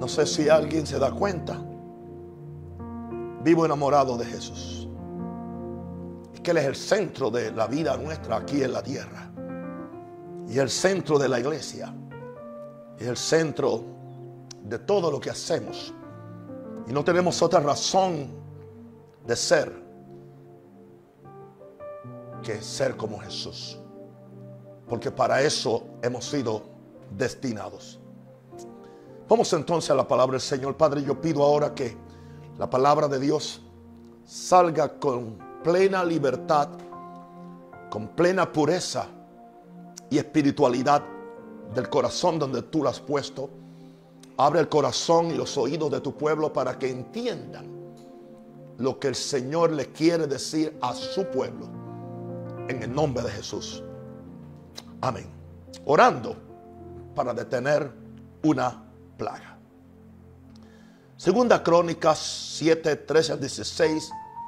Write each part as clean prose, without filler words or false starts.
No sé si alguien se da cuenta. Vivo enamorado de Jesús. Es que Él es el centro de la vida nuestra aquí en la tierra. Y el centro de la iglesia. Y el centro de todo lo que hacemos. Y no tenemos otra razón de ser que ser como Jesús. Porque para eso hemos sido destinados. Vamos entonces a la palabra del Señor. Padre, yo pido ahora que la palabra de Dios salga con plena libertad, con plena pureza y espiritualidad del corazón donde tú la has puesto. Abre el corazón y los oídos de tu pueblo para que entiendan lo que el Señor le quiere decir a su pueblo. En el nombre de Jesús. Amén. Orando para detener una plaga. Segunda Crónicas 7, 13 al 16.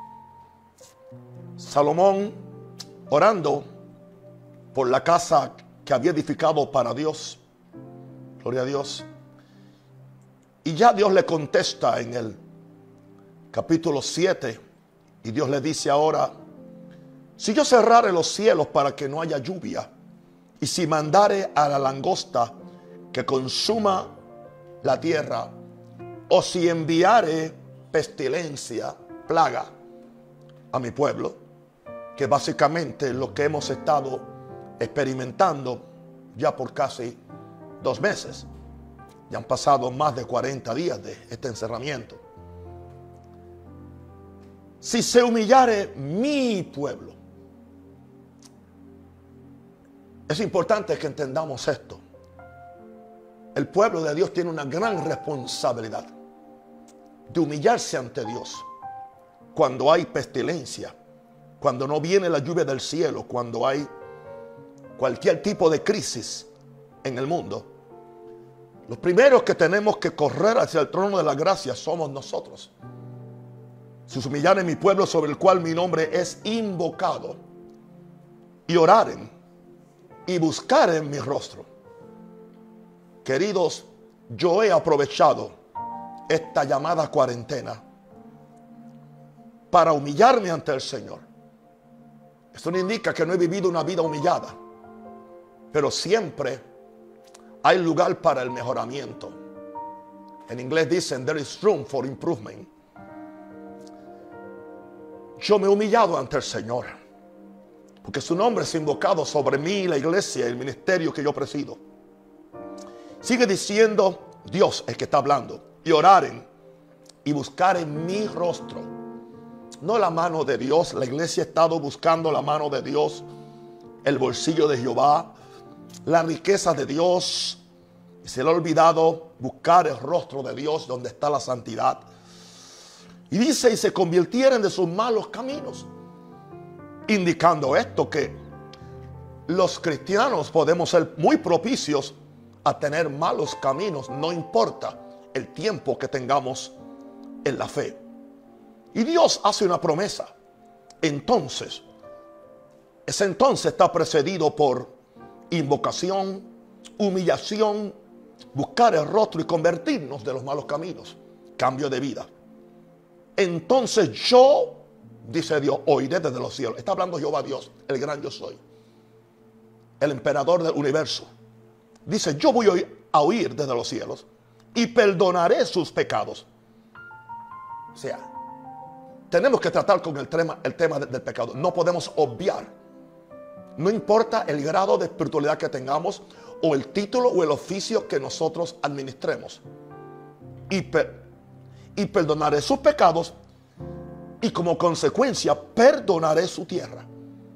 Salomón orando por la casa que había edificado para Dios. Gloria a Dios. Y ya Dios le contesta en el capítulo 7. Y Dios le dice ahora: si yo cerrare los cielos para que no haya lluvia, y si mandare a la langosta que consuma la tierra, o si enviare pestilencia, plaga a mi pueblo, que básicamente lo que hemos estado experimentando ya por casi 2 meses. Ya han pasado más de 40 días de este encerramiento. Si se humillare mi pueblo. Es importante que entendamos esto. El pueblo de Dios tiene una gran responsabilidad de humillarse ante Dios cuando hay pestilencia, cuando no viene la lluvia del cielo, cuando hay cualquier tipo de crisis en el mundo. Los primeros que tenemos que correr hacia el trono de la gracia somos nosotros. Si se humillaren mi pueblo sobre el cual mi nombre es invocado, y oraren y buscaren mi rostro. Queridos, yo he aprovechado esta llamada cuarentena para humillarme ante el Señor. Esto no indica que no he vivido una vida humillada, pero siempre hay lugar para el mejoramiento. En inglés dicen there is room for improvement. Yo me he humillado ante el Señor, porque su nombre es invocado sobre mí, la iglesia y el ministerio que yo presido. Sigue diciendo Dios, el que está hablando, y oraren y buscaren mi rostro. No la mano de Dios. La iglesia ha estado buscando la mano de Dios, el bolsillo de Jehová, la riqueza de Dios, y se le ha olvidado buscar el rostro de Dios donde está la santidad. Y dice, y se convirtieren de sus malos caminos, indicando esto, que los cristianos podemos ser muy propicios a tener malos caminos, no importa el tiempo que tengamos en la fe. Y Dios hace una promesa. Entonces, ese entonces está precedido por invocación, humillación, buscar el rostro y convertirnos de los malos caminos, cambio de vida. Entonces yo, dice Dios, oiré desde los cielos. Está hablando Jehová Dios, el gran yo soy, el emperador del universo. Dice, yo voy a oír desde los cielos y perdonaré sus pecados. O sea, tenemos que tratar con el tema del pecado. No podemos obviar. No importa el grado de espiritualidad que tengamos o el título o el oficio que nosotros administremos. Y perdonaré sus pecados y como consecuencia perdonaré su tierra.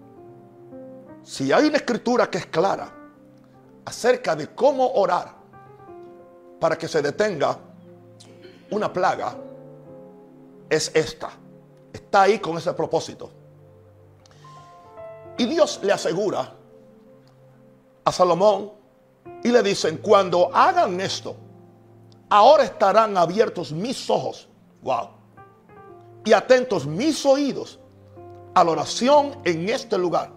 Si hay una escritura que es clara acerca de cómo orar para que se detenga una plaga, es esta. Está ahí con ese propósito. Y Dios le asegura a Salomón y le dicen, cuando hagan esto, ahora estarán abiertos mis ojos, wow, y atentos mis oídos a la oración en este lugar.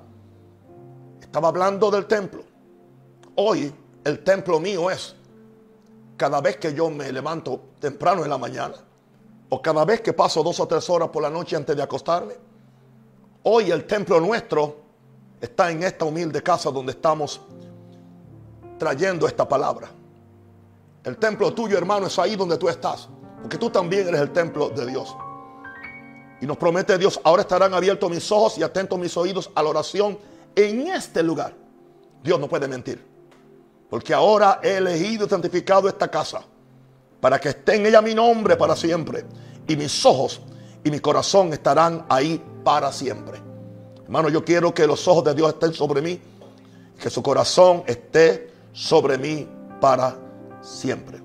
Estaba hablando del templo. Hoy el templo mío es cada vez que yo me levanto temprano en la mañana, o cada vez que paso 2 o 3 horas por la noche antes de acostarme. Hoy el templo nuestro está en esta humilde casa donde estamos trayendo esta palabra. El templo tuyo, hermano, es ahí donde tú estás, porque tú también eres el templo de Dios. Y nos promete Dios: ahora estarán abiertos mis ojos y atentos mis oídos a la oración en este lugar. Dios no puede mentir, porque ahora he elegido y santificado esta casa para que esté en ella mi nombre para siempre, y mis ojos y mi corazón estarán ahí para siempre. Hermano, yo quiero que los ojos de Dios estén sobre mí, que su corazón esté sobre mí para siempre.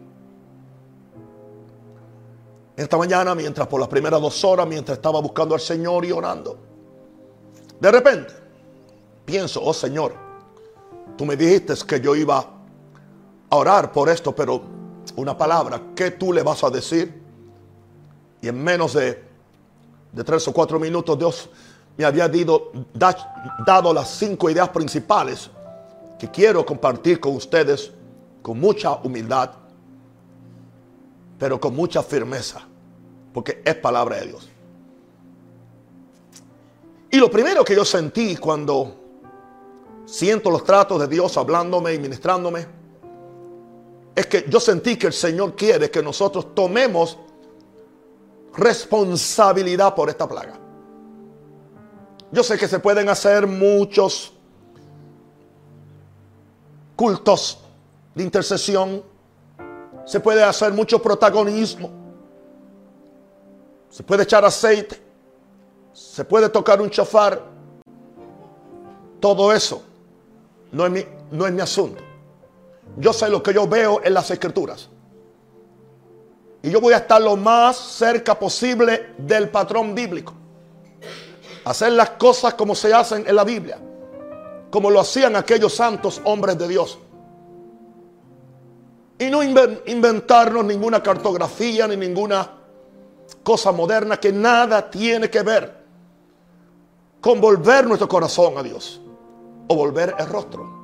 Esta mañana, mientras por las primeras 2 horas, mientras estaba buscando al Señor y orando, de repente pienso: oh Señor, tú me dijiste que yo iba a orar por esto, pero una palabra, ¿qué tú le vas a decir? Y en menos de 3 o 4 minutos Dios me había dado las 5 ideas principales que quiero compartir con ustedes con mucha humildad, pero con mucha firmeza, porque es palabra de Dios. Y lo primero que yo sentí cuando siento los tratos de Dios hablándome y ministrándome, es que yo sentí que el Señor quiere que nosotros tomemos responsabilidad por esta plaga. Yo sé que se pueden hacer muchos cultos de intercesión, se puede hacer mucho protagonismo, se puede echar aceite, se puede tocar un shofar. Todo eso no es mi asunto. Yo sé lo que yo veo en las Escrituras, y yo voy a estar lo más cerca posible del patrón bíblico. Hacer las cosas como se hacen en la Biblia, como lo hacían aquellos santos hombres de Dios. Y no inventarnos ninguna cartografía ni ninguna cosa moderna que nada tiene que ver con volver nuestro corazón a Dios o volver el rostro.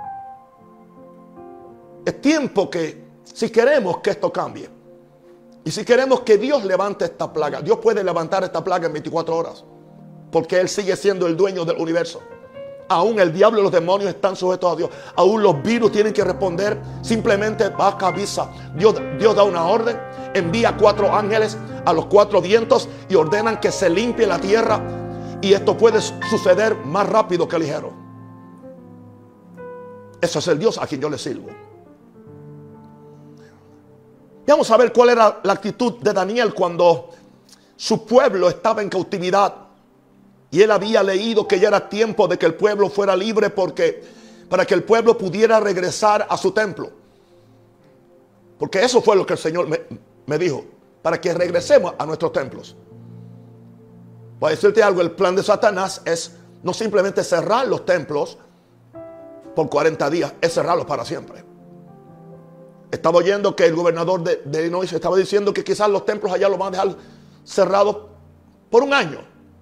Es tiempo que, si queremos que esto cambie, y si queremos que Dios levante esta plaga, Dios puede levantar esta plaga en 24 horas, porque Él sigue siendo el dueño del universo. Aún el diablo y los demonios están sujetos a Dios. Aún los virus tienen que responder simplemente baja avisa. Dios da una orden, envía 4 ángeles a los 4 vientos y ordenan que se limpie la tierra, y esto puede suceder más rápido que ligero. Ese es el Dios a quien yo le sirvo. Vamos a ver cuál era la actitud de Daniel cuando su pueblo estaba en cautividad. Y él había leído que ya era tiempo de que el pueblo fuera libre, para que el pueblo pudiera regresar a su templo. Porque eso fue lo que el Señor me dijo, para que regresemos a nuestros templos. Voy a decirte algo: el plan de Satanás es no simplemente cerrar los templos por 40 días, es cerrarlos para siempre. Estaba oyendo que el gobernador de Illinois estaba diciendo que quizás los templos allá los van a dejar cerrados por 1 año.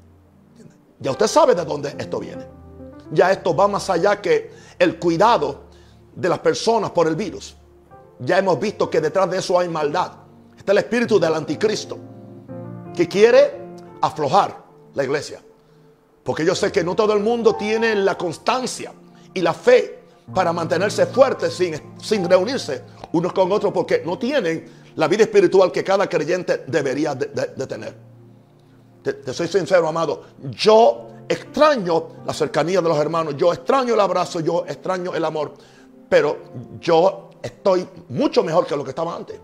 Ya usted sabe de dónde esto viene. Ya esto va más allá que el cuidado de las personas por el virus. Ya hemos visto que detrás de eso hay maldad. Está el espíritu del anticristo, que quiere aflojar la iglesia. Porque yo sé que no todo el mundo tiene la constancia y la fe para mantenerse fuertes sin reunirse unos con otros, porque no tienen la vida espiritual que cada creyente debería de tener. Te soy sincero, amado, yo extraño la cercanía de los hermanos, yo extraño el abrazo, yo extraño el amor, pero yo estoy mucho mejor que lo que estaba antes.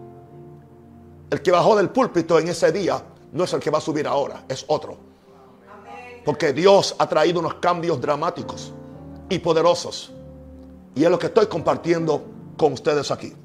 El que bajó del púlpito en ese día no es el que va a subir ahora, es otro. Porque Dios ha traído unos cambios dramáticos y poderosos, y es lo que estoy compartiendo con ustedes aquí.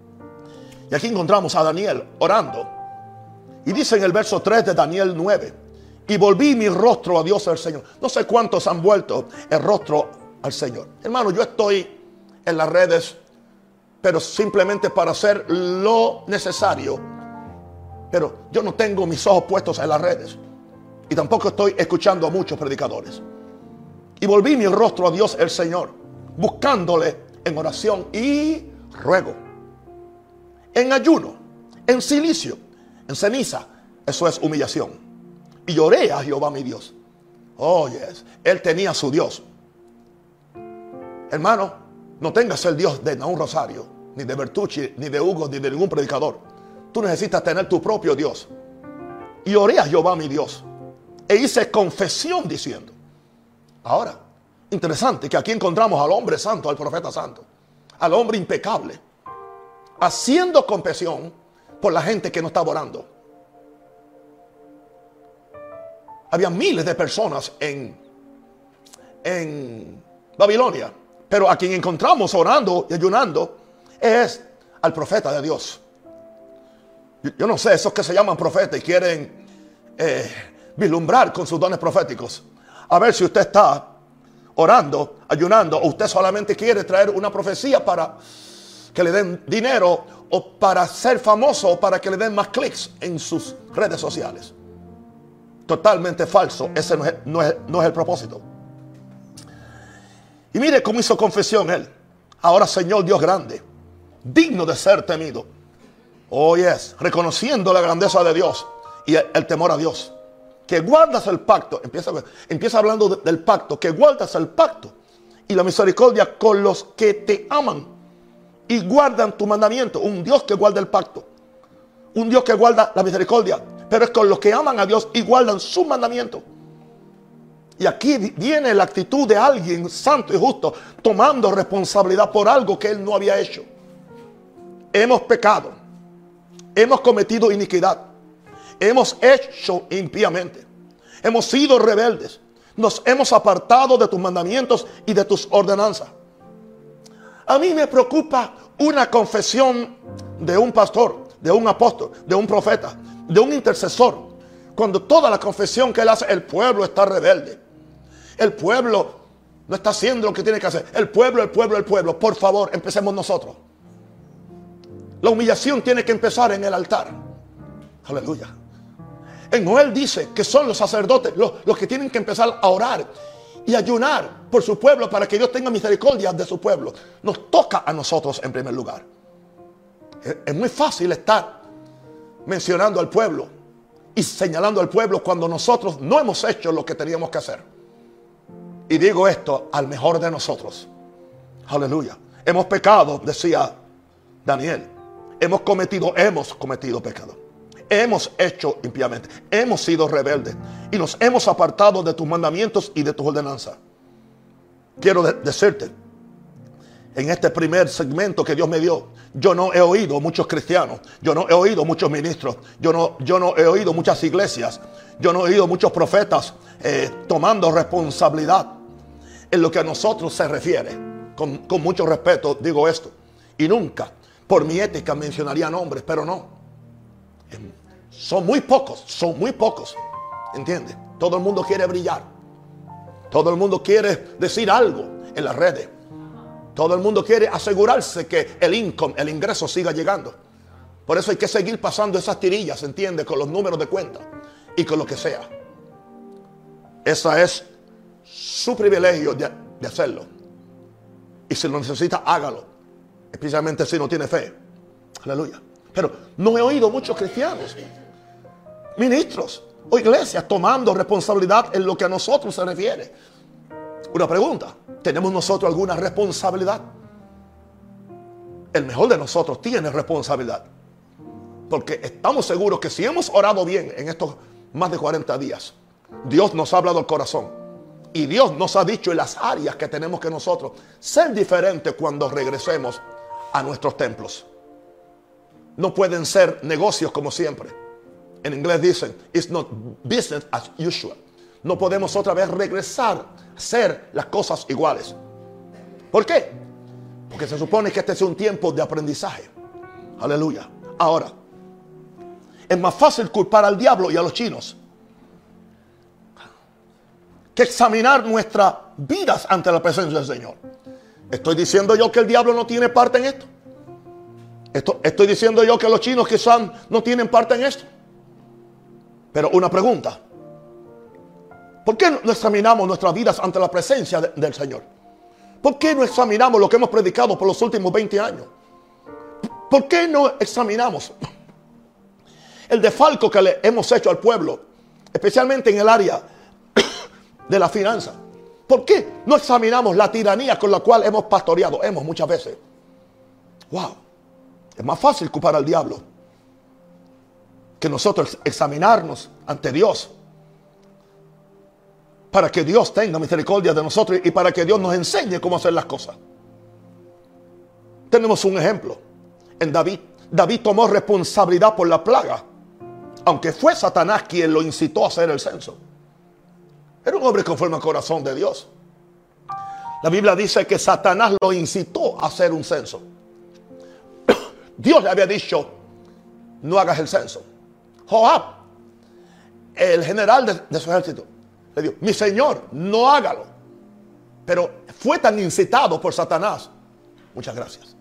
Y aquí encontramos a Daniel orando. Y dice en el verso 3 de Daniel 9: y volví mi rostro a Dios el Señor. No sé cuántos han vuelto el rostro al Señor. Hermano, yo estoy en las redes, pero simplemente para hacer lo necesario. Pero yo no tengo mis ojos puestos en las redes, y tampoco estoy escuchando a muchos predicadores. Y volví mi rostro a Dios el Señor, buscándole en oración y ruego. en ayuno, en silicio, en ceniza. Eso es humillación. Y oré a Jehová mi Dios. Oh, yes. Él tenía su Dios. Hermano, no tengas el Dios de Naúm Rosario, ni de Bertucci, ni de Hugo, ni de ningún predicador. Tú necesitas tener tu propio Dios. Y oré a Jehová mi Dios. E hice confesión diciendo. Ahora, interesante que aquí encontramos al hombre santo, al profeta santo, al hombre impecable, haciendo confesión por la gente que no estaba orando. Había miles de personas en Babilonia, pero a quien encontramos orando y ayunando es al profeta de Dios. Yo no sé, esos que se llaman profetas y quieren vislumbrar con sus dones proféticos. A ver si usted está orando, ayunando, o usted solamente quiere traer una profecía para que le den dinero, o para ser famoso, o para que le den más clics en sus redes sociales. Totalmente falso. Ese no es el propósito. Y mire cómo hizo confesión él. Ahora, Señor Dios grande, digno de ser temido. Oh, yes. Reconociendo la grandeza de Dios y el temor a Dios. Que guardas el pacto. Empieza hablando del pacto. Que guardas el pacto y la misericordia con los que te aman y guardan tu mandamiento. Un Dios que guarda el pacto. Un Dios que guarda la misericordia. Pero es con los que aman a Dios y guardan su mandamiento. Y aquí viene la actitud de alguien santo y justo, tomando responsabilidad por algo que él no había hecho. Hemos pecado. Hemos cometido iniquidad. Hemos hecho impíamente. Hemos sido rebeldes. Nos hemos apartado de tus mandamientos y de tus ordenanzas. A mí me preocupa una confesión de un pastor, de un apóstol, de un profeta, de un intercesor. Cuando toda la confesión que él hace, el pueblo está rebelde. El pueblo no está haciendo lo que tiene que hacer. El pueblo. Por favor, empecemos nosotros. La humillación tiene que empezar en el altar. Aleluya. En Joel dice que son los sacerdotes los que tienen que empezar a orar y ayunar por su pueblo para que Dios tenga misericordia de su pueblo. Nos toca a nosotros en primer lugar. Es muy fácil estar mencionando al pueblo y señalando al pueblo cuando nosotros no hemos hecho lo que teníamos que hacer. Y digo esto al mejor de nosotros. Aleluya. Hemos pecado, decía Daniel. Hemos cometido pecado. Hemos hecho impíamente. Hemos sido rebeldes. Y nos hemos apartado de tus mandamientos y de tus ordenanzas. Quiero decirte, en este primer segmento que Dios me dio, yo no he oído muchos cristianos. Yo no he oído muchos ministros. Yo no he oído muchas iglesias. Yo no he oído muchos profetas tomando responsabilidad en lo que a nosotros se refiere. Con mucho respeto digo esto. Y nunca, por mi ética, mencionaría nombres, pero no. Son muy pocos. ¿Entiendes? Todo el mundo quiere brillar. Todo el mundo quiere decir algo en las redes. Todo el mundo quiere asegurarse que el ingreso siga llegando. Por eso hay que seguir pasando esas tirillas, ¿entiendes? Con los números de cuenta y con lo que sea. Esa es su privilegio de hacerlo. Y si lo necesita, hágalo. Especialmente si no tiene fe. Aleluya. Pero no he oído muchos cristianos, ministros o iglesias tomando responsabilidad en lo que a nosotros se refiere. Una pregunta: ¿tenemos nosotros alguna responsabilidad? El mejor de nosotros tiene responsabilidad. Porque estamos seguros que si hemos orado bien en estos más de 40 días, Dios nos ha hablado al corazón. Y Dios nos ha dicho en las áreas que tenemos que nosotros ser diferentes cuando regresemos a nuestros templos. No pueden ser negocios como siempre. En inglés dicen, it's not business as usual. No podemos otra vez regresar a hacer las cosas iguales. ¿Por qué? Porque se supone que este es un tiempo de aprendizaje. Aleluya. Ahora, es más fácil culpar al diablo y a los chinos que examinar nuestras vidas ante la presencia del Señor. ¿Estoy diciendo yo que el diablo no tiene parte en esto? ¿Estoy diciendo yo que los chinos quizás no tienen parte en esto? Pero una pregunta: ¿por qué no examinamos nuestras vidas ante la presencia del Señor? ¿Por qué no examinamos lo que hemos predicado por los últimos 20 años? ¿Por qué no examinamos el desfalco que le hemos hecho al pueblo, especialmente en el área de la finanza? ¿Por qué no examinamos la tiranía con la cual hemos pastoreado? Muchas veces. Wow. Es más fácil culpar al diablo que nosotros examinarnos ante Dios, para que Dios tenga misericordia de nosotros y para que Dios nos enseñe cómo hacer las cosas. Tenemos un ejemplo en David. David tomó responsabilidad por la plaga, aunque fue Satanás quien lo incitó a hacer el censo. Era un hombre conforme al corazón de Dios. La Biblia dice que Satanás lo incitó a hacer un censo. Dios le había dicho: no hagas el censo. Joab, el general de su ejército, le dijo: mi señor, no hágalo. Pero fue tan incitado por Satanás. Muchas gracias.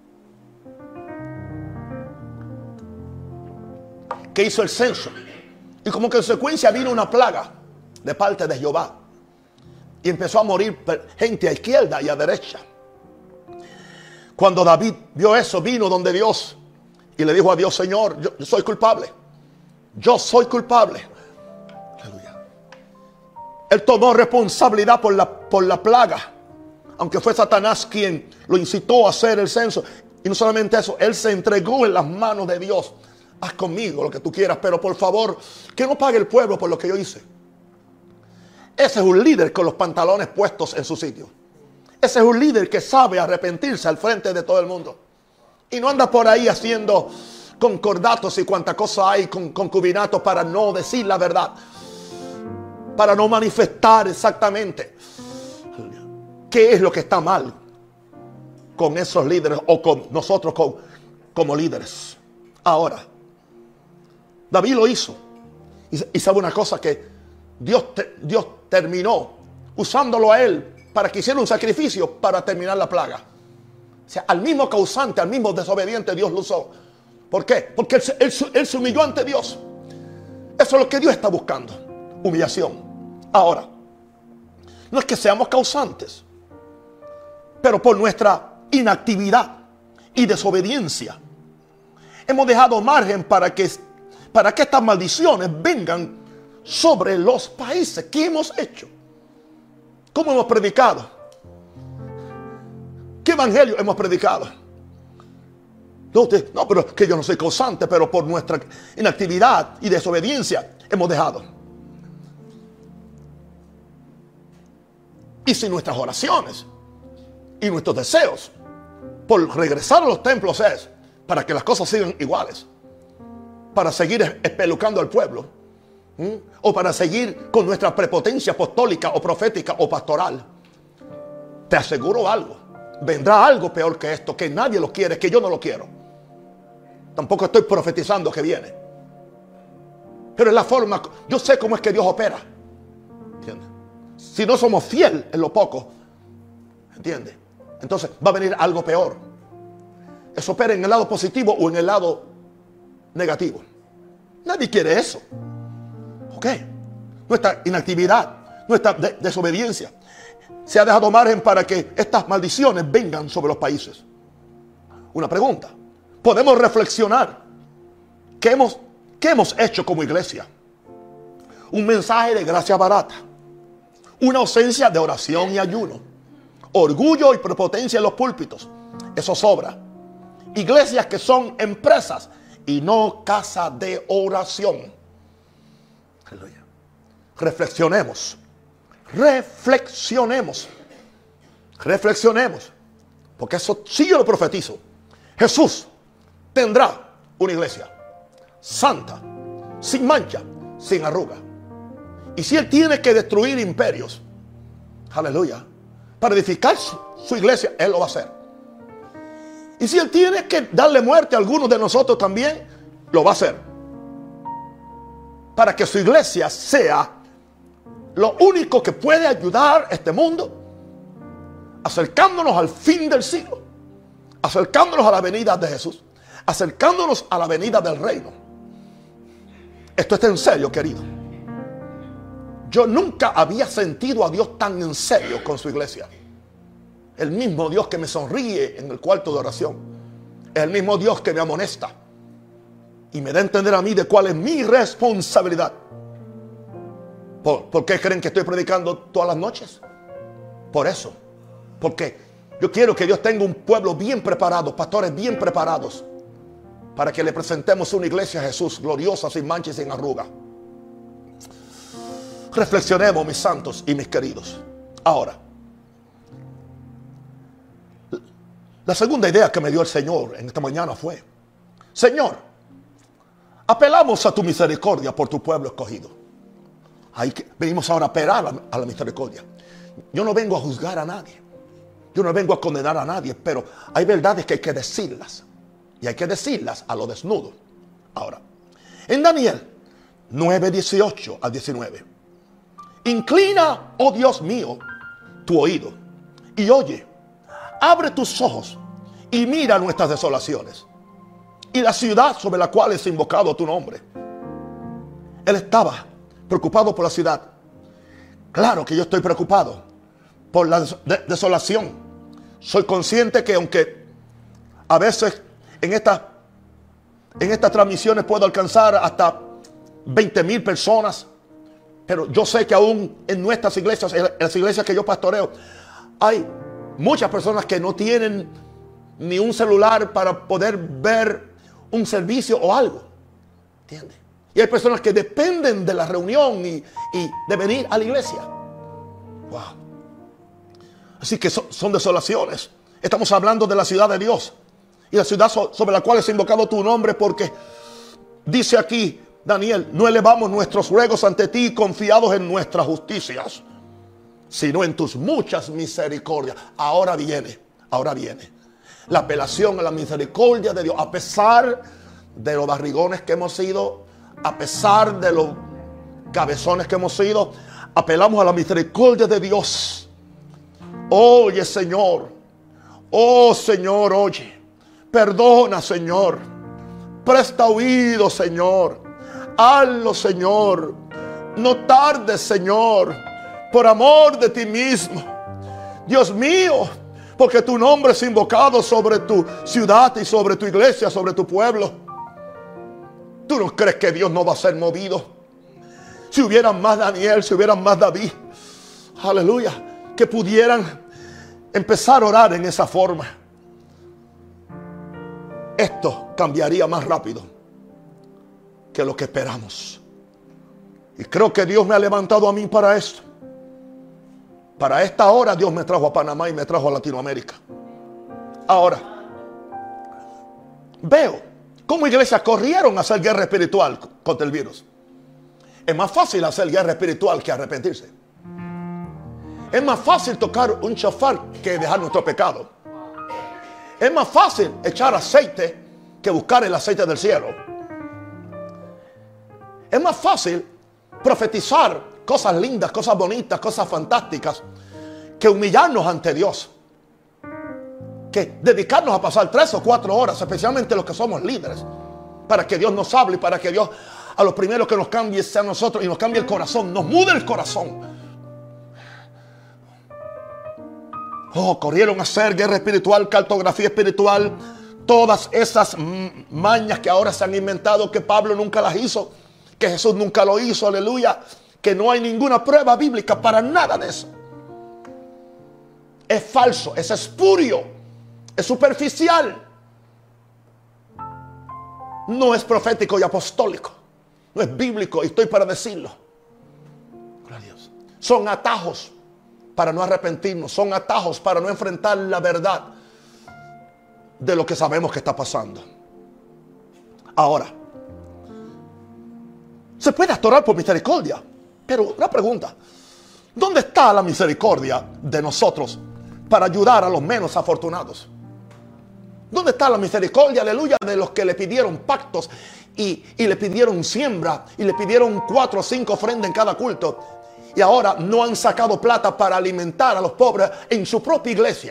Que hizo el censo. Y como consecuencia vino una plaga de parte de Jehová. Y empezó a morir gente a izquierda y a derecha. Cuando David vio eso, vino donde Dios y le dijo a Dios: Señor, yo soy culpable. Yo soy culpable. Aleluya. Él tomó responsabilidad por la plaga, aunque fue Satanás quien lo incitó a hacer el censo. Y no solamente eso, él se entregó en las manos de Dios. Haz conmigo lo que tú quieras, pero por favor, que no pague el pueblo por lo que yo hice. Ese es un líder con los pantalones puestos en su sitio. Ese es un líder que sabe arrepentirse al frente de todo el mundo. Y no anda por ahí haciendo concordatos y cuanta cosa hay con concubinatos para no decir la verdad, para no manifestar exactamente qué es lo que está mal con esos líderes o con nosotros como líderes. Ahora, David lo hizo. Y sabe una cosa, que Dios terminó usándolo a él para que hiciera un sacrificio para terminar la plaga. O sea, al mismo causante, al mismo desobediente, Dios lo usó. ¿Por qué? Porque él se humilló ante Dios. Eso es lo que Dios está buscando. Humillación. Ahora, no es que seamos causantes, pero por nuestra inactividad y desobediencia hemos dejado margen para que estas maldiciones vengan sobre los países. ¿Qué hemos hecho? ¿Cómo hemos predicado? ¿Qué evangelio hemos predicado? No, pero que yo no soy causante, pero por nuestra inactividad y desobediencia hemos dejado. Y si nuestras oraciones y nuestros deseos por regresar a los templos es para que las cosas sigan iguales, para seguir espelucando al pueblo, o para seguir con nuestra prepotencia apostólica o profética o pastoral, te aseguro algo: vendrá algo peor que esto, que nadie lo quiere, que yo no lo quiero. Tampoco estoy profetizando que viene, pero es la forma. Yo sé cómo es que Dios opera, ¿entiendes? Si no somos fieles en lo poco, ¿entiendes? Entonces va a venir algo peor. Eso opera en el lado positivo o en el lado negativo. Nadie quiere eso. ¿Ok? Nuestra inactividad, nuestra desobediencia se ha dejado margen para que estas maldiciones vengan sobre los países. Una pregunta: podemos reflexionar. ¿Qué hemos hecho como iglesia? Un mensaje de gracia barata, una ausencia de oración y ayuno, orgullo y prepotencia en los púlpitos. Eso sobra. Iglesias que son empresas y no casa de oración. Aleluya. Reflexionemos. Porque eso sí yo lo profetizo. Jesús tendrá una iglesia santa, sin mancha, sin arruga. Y si Él tiene que destruir imperios, aleluya, para edificar su iglesia, Él lo va a hacer. Y si Él tiene que darle muerte a algunos de nosotros también, lo va a hacer. Para que su iglesia sea lo único que puede ayudar a este mundo, acercándonos al fin del siglo, acercándonos a la venida de Jesús, acercándonos a la venida del reino. Esto está en serio, querido. Yo nunca había sentido a Dios tan en serio con su iglesia. El mismo Dios que me sonríe en el cuarto de oración, Es el mismo Dios que me amonesta y me da a entender a mí de cuál es mi responsabilidad. ¿Por qué creen que estoy predicando todas las noches? Por eso. Porque yo quiero que Dios tenga un pueblo bien preparado, pastores bien preparados, para que le presentemos una iglesia a Jesús gloriosa, sin mancha y sin arruga. Reflexionemos, mis santos y mis queridos. Ahora, la segunda idea que me dio el Señor en esta mañana fue: Señor, apelamos a tu misericordia por tu pueblo escogido. Venimos ahora a apelar a la misericordia. Yo no vengo a juzgar a nadie, yo no vengo a condenar a nadie, pero hay verdades que hay que decirlas, y hay que decirlas a lo desnudo. Ahora, en Daniel 9, 18 al 19, inclina, oh Dios mío, tu oído y oye, abre tus ojos y mira nuestras desolaciones y la ciudad sobre la cual es invocado tu nombre. Él estaba preocupado por la ciudad. Claro que yo estoy preocupado por la desolación. Soy consciente que aunque a veces en estas transmisiones puedo alcanzar hasta 20,000 personas, pero yo sé que aún en nuestras iglesias, en las iglesias que yo pastoreo, hay muchas personas que no tienen ni un celular para poder ver un servicio o algo. ¿Entiendes? Y hay personas que dependen de la reunión y de venir a la iglesia. Wow. Así que son desolaciones. Estamos hablando de la ciudad de Dios y la ciudad sobre la cual es invocado tu nombre, porque dice aquí Daniel: no elevamos nuestros ruegos ante ti confiados en nuestras justicias, sino en tus muchas misericordias. Ahora viene la apelación a la misericordia de Dios. A pesar de los barrigones que hemos sido, a pesar de los cabezones que hemos sido, apelamos a la misericordia de Dios. Oye, Señor. Oh, Señor, oye. Perdona, Señor. Presta oído, Señor. Hazlo, Señor. No tardes, Señor. Por amor de ti mismo. Dios mío, porque tu nombre es invocado sobre tu ciudad y sobre tu iglesia, sobre tu pueblo. ¿Tú no crees que Dios no va a ser movido? Si hubieran más Daniel, si hubieran más David, aleluya, que pudieran empezar a orar en esa forma, esto cambiaría más rápido que lo que esperamos. Y creo que Dios me ha levantado a mí para esto. Para esta hora Dios me trajo a Panamá y me trajo a Latinoamérica. Ahora, veo cómo iglesias corrieron a hacer guerra espiritual contra el virus. Es más fácil hacer guerra espiritual que arrepentirse. Es más fácil tocar un shofar que dejar nuestro pecado. Es más fácil echar aceite que buscar el aceite del cielo. Es más fácil profetizar cosas lindas, cosas bonitas, cosas fantásticas, que humillarnos ante Dios, que dedicarnos a pasar 3 o 4 horas, especialmente los que somos líderes, para que Dios nos hable y para que Dios a los primeros que nos cambie sea nosotros y nos cambie el corazón, nos mude el corazón. Oh, corrieron a hacer guerra espiritual, cartografía espiritual, todas esas mañas que ahora se han inventado, que Pablo nunca las hizo, que Jesús nunca lo hizo, aleluya, que no hay ninguna prueba bíblica para nada de eso. Es falso, es espurio, es superficial, no es profético y apostólico, no es bíblico, y estoy para decirlo. Gloria a Dios. Son atajos para no arrepentirnos, son atajos para no enfrentar la verdad de lo que sabemos que está pasando. Ahora, se puede adorar por misericordia, pero una pregunta: ¿dónde está la misericordia de nosotros para ayudar a los menos afortunados? ¿Dónde está la misericordia, aleluya, de los que le pidieron pactos y le pidieron siembra y le pidieron 4 o 5 ofrendas en cada culto, y ahora no han sacado plata para alimentar a los pobres en su propia iglesia?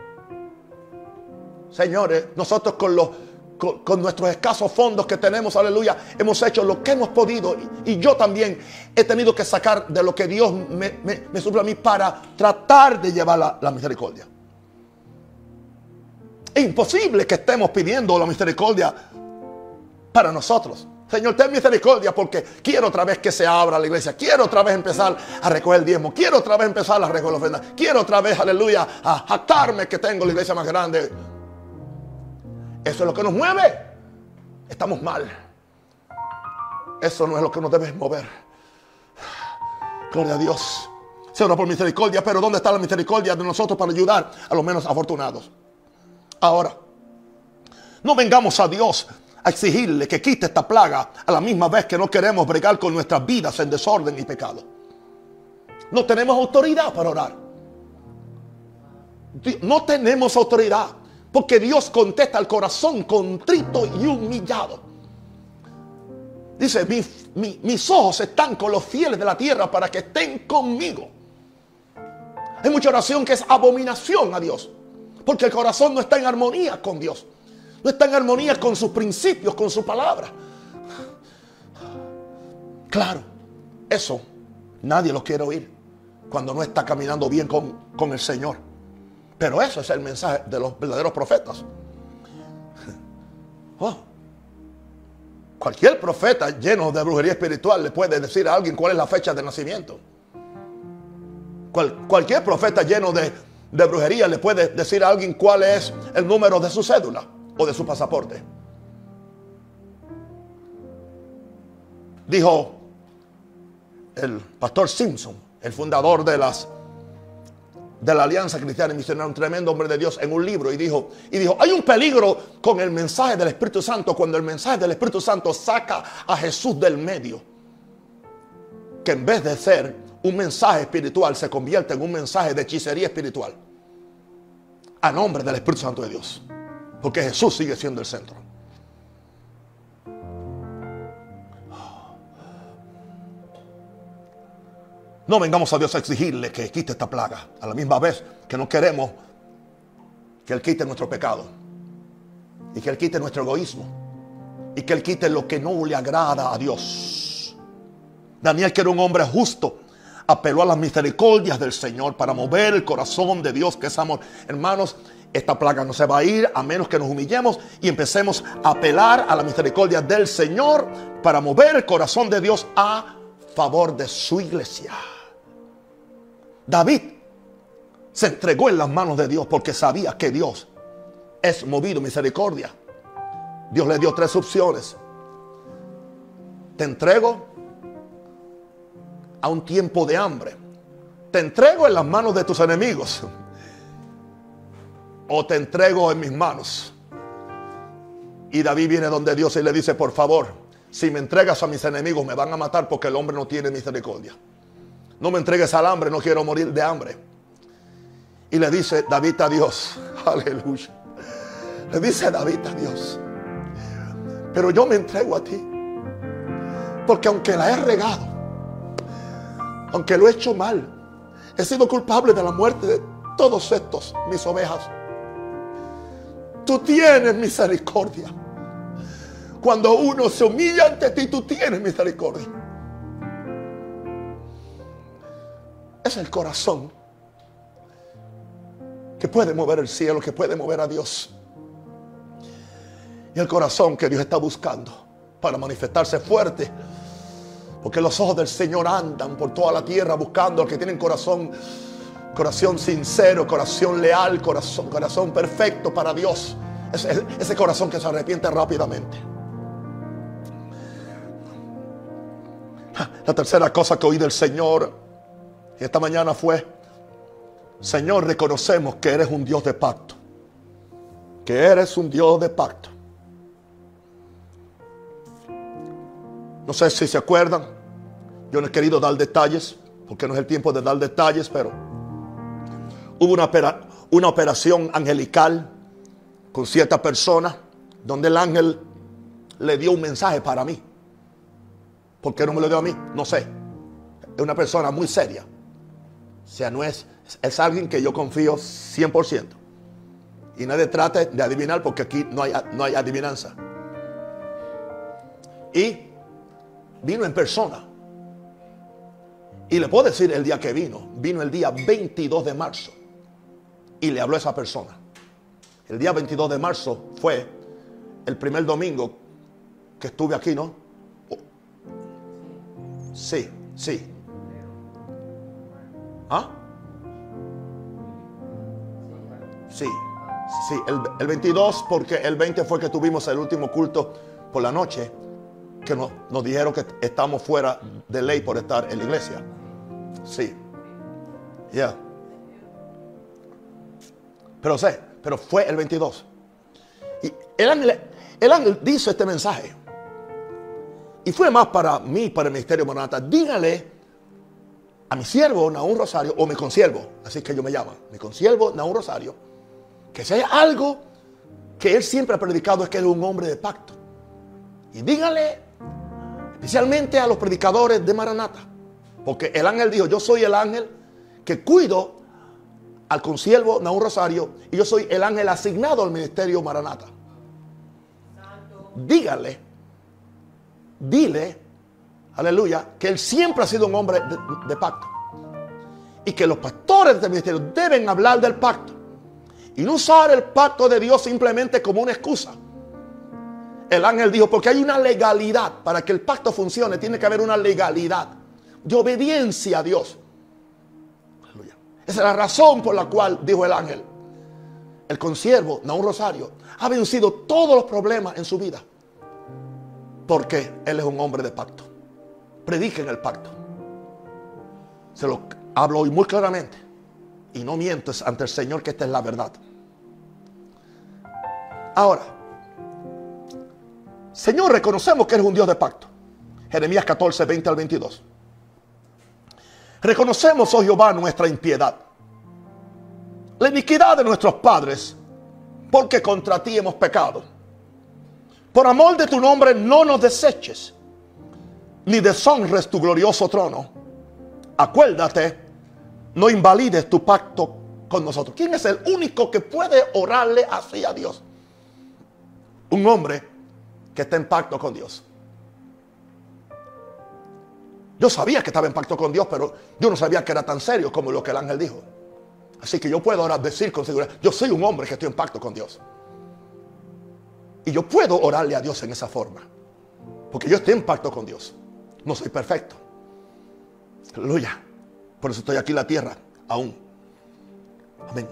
Señores, nosotros con nuestros escasos fondos que tenemos, aleluya, hemos hecho lo que hemos podido, y yo también he tenido que sacar de lo que Dios me suple a mí para tratar de llevar la misericordia. Es imposible que estemos pidiendo la misericordia para nosotros. Señor, ten misericordia porque quiero otra vez que se abra la iglesia. Quiero otra vez empezar a recoger el diezmo. Quiero otra vez empezar a recoger la ofrenda. Quiero otra vez, aleluya, a jactarme que tengo la iglesia más grande. Eso es lo que nos mueve. Estamos mal. Eso no es lo que nos debe mover. Gloria a Dios. Se ora por misericordia, pero ¿dónde está la misericordia de nosotros para ayudar a los menos afortunados? Ahora, no vengamos a Dios a exigirle que quite esta plaga a la misma vez que no queremos bregar con nuestras vidas en desorden y pecado. No tenemos autoridad para orar. No tenemos autoridad, porque Dios contesta al corazón contrito y humillado. Dice, mis ojos están con los fieles de la tierra para que estén conmigo. Hay mucha oración que es abominación a Dios, porque el corazón no está en armonía con Dios. No está en armonía con sus principios, con su palabra. Claro, eso nadie lo quiere oír cuando no está caminando bien con el Señor. Pero eso es el mensaje de los verdaderos profetas. Oh. Cualquier profeta lleno de brujería espiritual le puede decir a alguien cuál es la fecha de nacimiento. Cualquier profeta lleno de brujería le puede decir a alguien cuál es el número de su cédula o de su pasaporte. Dijo el pastor Simpson, el fundador de la Alianza Cristiana y Misionera, un tremendo hombre de Dios, en un libro, y dijo, hay un peligro con el mensaje del Espíritu Santo cuando el mensaje del Espíritu Santo saca a Jesús del medio, que en vez de ser un mensaje espiritual se convierte en un mensaje de hechicería espiritual a nombre del Espíritu Santo de Dios, porque Jesús sigue siendo el centro. No vengamos a Dios a exigirle que quite esta plaga, a la misma vez que no queremos que Él quite nuestro pecado, y que Él quite nuestro egoísmo, y que Él quite lo que no le agrada a Dios. Daniel, que era un hombre justo, apeló a las misericordias del Señor para mover el corazón de Dios, que es amor. Hermanos, esta plaga no se va a ir a menos que nos humillemos y empecemos a apelar a la misericordia del Señor para mover el corazón de Dios a favor de su iglesia. David se entregó en las manos de Dios porque sabía que Dios es movido en misericordia. Dios le dio 3 opciones: te entrego a un tiempo de hambre, te entrego en las manos de tus enemigos, o te entrego en mis manos. Y David viene donde Dios y le dice, por favor, si me entregas a mis enemigos me van a matar, porque el hombre no tiene misericordia. No me entregues al hambre, no quiero morir de hambre. Y le dice David a Dios, aleluya, le dice David a Dios, pero yo me entrego a ti, porque aunque la he regado, aunque lo he hecho mal, he sido culpable de la muerte de todos estos, mis ovejas, tú tienes misericordia. Cuando uno se humilla ante ti, tú tienes misericordia. Es el corazón que puede mover el cielo, que puede mover a Dios. Y el corazón que Dios está buscando para manifestarse fuerte. Porque los ojos del Señor andan por toda la tierra buscando al que tiene corazón sincero, corazón leal, corazón perfecto para Dios. Ese corazón que se arrepiente rápidamente. La tercera cosa que oí del Señor esta mañana fue: Señor, reconocemos que eres un Dios de pacto. Que eres un Dios de pacto. No sé si se acuerdan, yo no he querido dar detalles, porque no es el tiempo de dar detalles, pero hubo una operación angelical con cierta persona, donde el ángel le dio un mensaje para mí. ¿Por qué no me lo dio a mí? No sé. Es una persona muy seria. O sea, es alguien que yo confío 100%. Y nadie trate de adivinar, porque aquí no hay adivinanza. Y vino en persona. Y le puedo decir el día que vino. Vino el día 22 de marzo. Y le habló a esa persona. El día 22 de marzo fue el primer domingo que estuve aquí, ¿no? Sí, sí. ¿Ah? Sí, sí, el 22, porque el 20 fue que tuvimos el último culto por la noche, que nos dijeron que estamos fuera de ley por estar en la iglesia. Sí. Ya. Pero fue el 22. Y el ángel dice este mensaje. Y fue más para mí, para el ministerio Maranata. Dígale a mi siervo Nahum Rosario, o mi consiervo, así que yo me llamo, mi consiervo Nahum Rosario, que si hay algo que él siempre ha predicado es que él es un hombre de pacto. Y dígale, especialmente a los predicadores de Maranata, porque el ángel dijo, yo soy el ángel que cuido al consiervo Nahum Rosario, y yo soy el ángel asignado al ministerio Maranata. Dile, aleluya, que él siempre ha sido un hombre de pacto. Y que los pastores de este ministerio deben hablar del pacto. Y no usar el pacto de Dios simplemente como una excusa. El ángel dijo, porque hay una legalidad. Para que el pacto funcione, tiene que haber una legalidad de obediencia a Dios. Aleluya. Esa es la razón por la cual, dijo el ángel, el consiervo Nahum Rosario ha vencido todos los problemas en su vida. Porque él es un hombre de pacto. Prediquen el pacto. Se lo hablo hoy muy claramente. Y no mientes ante el Señor que esta es la verdad. Ahora, Señor, reconocemos que eres un Dios de pacto. Jeremías 14, 20 al 22. Reconocemos, oh Jehová, nuestra impiedad, la iniquidad de nuestros padres, porque contra ti hemos pecado. Por amor de tu nombre no nos deseches, ni deshonres tu glorioso trono. Acuérdate, no invalides tu pacto con nosotros. ¿Quién es el único que puede orarle así a Dios? Un hombre que está en pacto con Dios. Yo sabía que estaba en pacto con Dios, pero yo no sabía que era tan serio como lo que el ángel dijo. Así que yo puedo ahora decir con seguridad, yo soy un hombre que estoy en pacto con Dios. Y yo puedo orarle a Dios en esa forma. Porque yo estoy en pacto con Dios. No soy perfecto. Aleluya. Por eso estoy aquí en la tierra aún. Amén.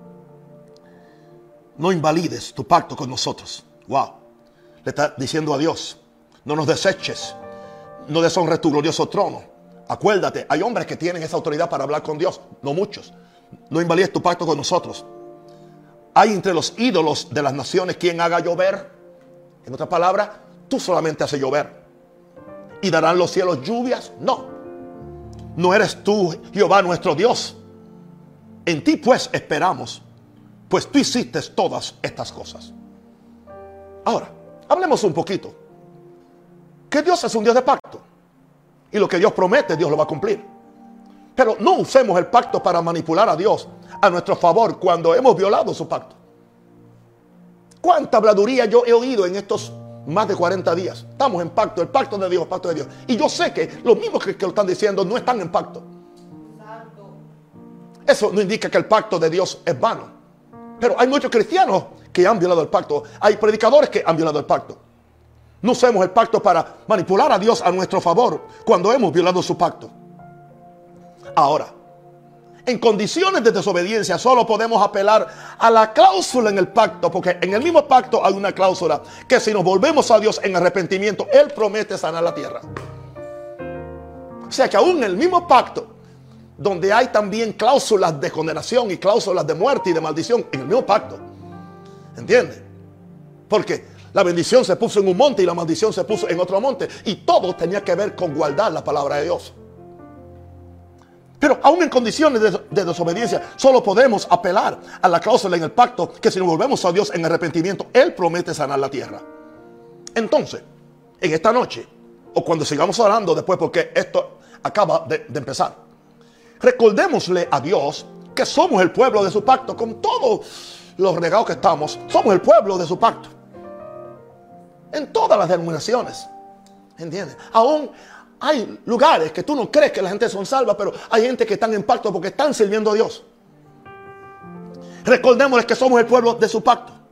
No invalides tu pacto con nosotros. Wow. Le está diciendo a Dios, no nos deseches. No deshonres tu glorioso trono. Acuérdate, hay hombres que tienen esa autoridad para hablar con Dios. No muchos. No invalides tu pacto con nosotros. Hay entre los ídolos de las naciones quien haga llover. En otras palabras, tú solamente haces llover. ¿Y darán los cielos lluvias? No. No eres tú, Jehová, nuestro Dios. En ti pues esperamos, pues tú hiciste todas estas cosas. Ahora, hablemos un poquito. Que Dios es un Dios de pacto. Y lo que Dios promete, Dios lo va a cumplir. Pero no usemos el pacto para manipular a Dios a nuestro favor cuando hemos violado su pacto. ¿Cuánta habladuría yo he oído en estos más de 40 días? Estamos en pacto, el pacto de Dios, el pacto de Dios. Y yo sé que los mismos que lo están diciendo no están en pacto. Eso no indica que el pacto de Dios es vano. Pero hay muchos cristianos que han violado el pacto. Hay predicadores que han violado el pacto. No usemos el pacto para manipular a Dios a nuestro favor cuando hemos violado su pacto. Ahora, en condiciones de desobediencia solo podemos apelar a la cláusula en el pacto, porque en el mismo pacto hay una cláusula que si nos volvemos a Dios en arrepentimiento, Él promete sanar la tierra. O sea que aún en el mismo pacto, donde hay también cláusulas de condenación y cláusulas de muerte y de maldición, en el mismo pacto, ¿entiende? Porque la bendición se puso en un monte y la maldición se puso en otro monte, y todo tenía que ver con guardar la palabra de Dios. Pero aún en condiciones de desobediencia, solo podemos apelar a la cláusula en el pacto que si nos volvemos a Dios en arrepentimiento, Él promete sanar la tierra. Entonces, en esta noche, o cuando sigamos orando después, porque esto acaba de empezar, recordémosle a Dios que somos el pueblo de su pacto. Con todos los regados que estamos, somos el pueblo de su pacto. En todas las denominaciones, ¿entiendes? Aún hay lugares que tú no crees que la gente son salva, pero hay gente que están en pacto porque están sirviendo a Dios. Recordémosles que somos el pueblo de su pacto.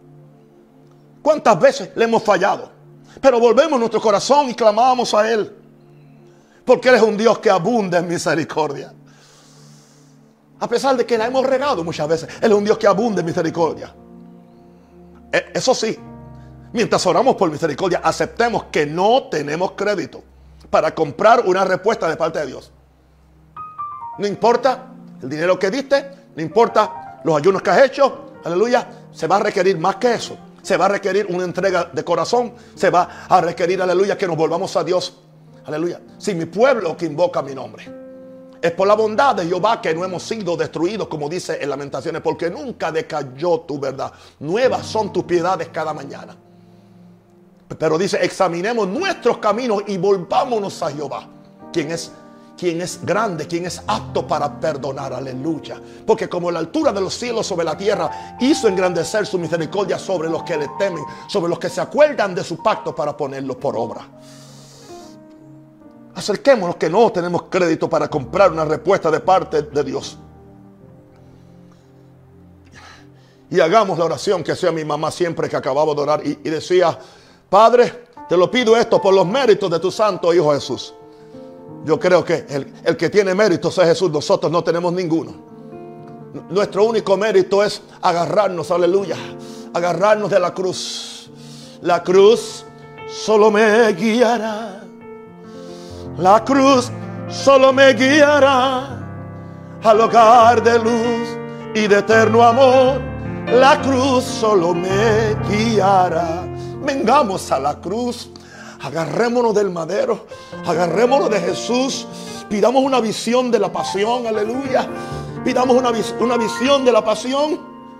¿Cuántas veces le hemos fallado? Pero volvemos nuestro corazón y clamamos a Él. Porque Él es un Dios que abunda en misericordia. A pesar de que la hemos regado muchas veces, Él es un Dios que abunda en misericordia. Eso sí, mientras oramos por misericordia, aceptemos que no tenemos crédito para comprar una respuesta de parte de Dios. No importa el dinero que diste, no importa los ayunos que has hecho, aleluya, se va a requerir más que eso. Se va a requerir una entrega de corazón, se va a requerir, aleluya, que nos volvamos a Dios. Aleluya. Si mi pueblo que invoca mi nombre, es por la bondad de Jehová que no hemos sido destruidos, como dice en Lamentaciones, porque nunca decayó tu verdad. Nuevas son tus piedades cada mañana. Pero dice, examinemos nuestros caminos y volvámonos a Jehová, quien es grande, quien es apto para perdonar. Aleluya. Porque como la altura de los cielos sobre la tierra hizo engrandecer su misericordia sobre los que le temen, sobre los que se acuerdan de su pacto para ponerlo por obra. Acerquémonos, que no tenemos crédito para comprar una respuesta de parte de Dios. Y hagamos la oración que hacía mi mamá siempre que acababa de orar. Y decía, Padre, te lo pido esto por los méritos de tu santo Hijo Jesús. Yo creo que el que tiene méritos es Jesús. Nosotros no tenemos ninguno. Nuestro único mérito es agarrarnos, aleluya, agarrarnos de la cruz. La cruz solo me guiará. La cruz solo me guiará al hogar de luz y de eterno amor. La cruz solo me guiará. Vengamos a la cruz. Agarrémonos del madero. Agarrémonos de Jesús. Pidamos una visión de la pasión. Aleluya. Pidamos una visión de la pasión.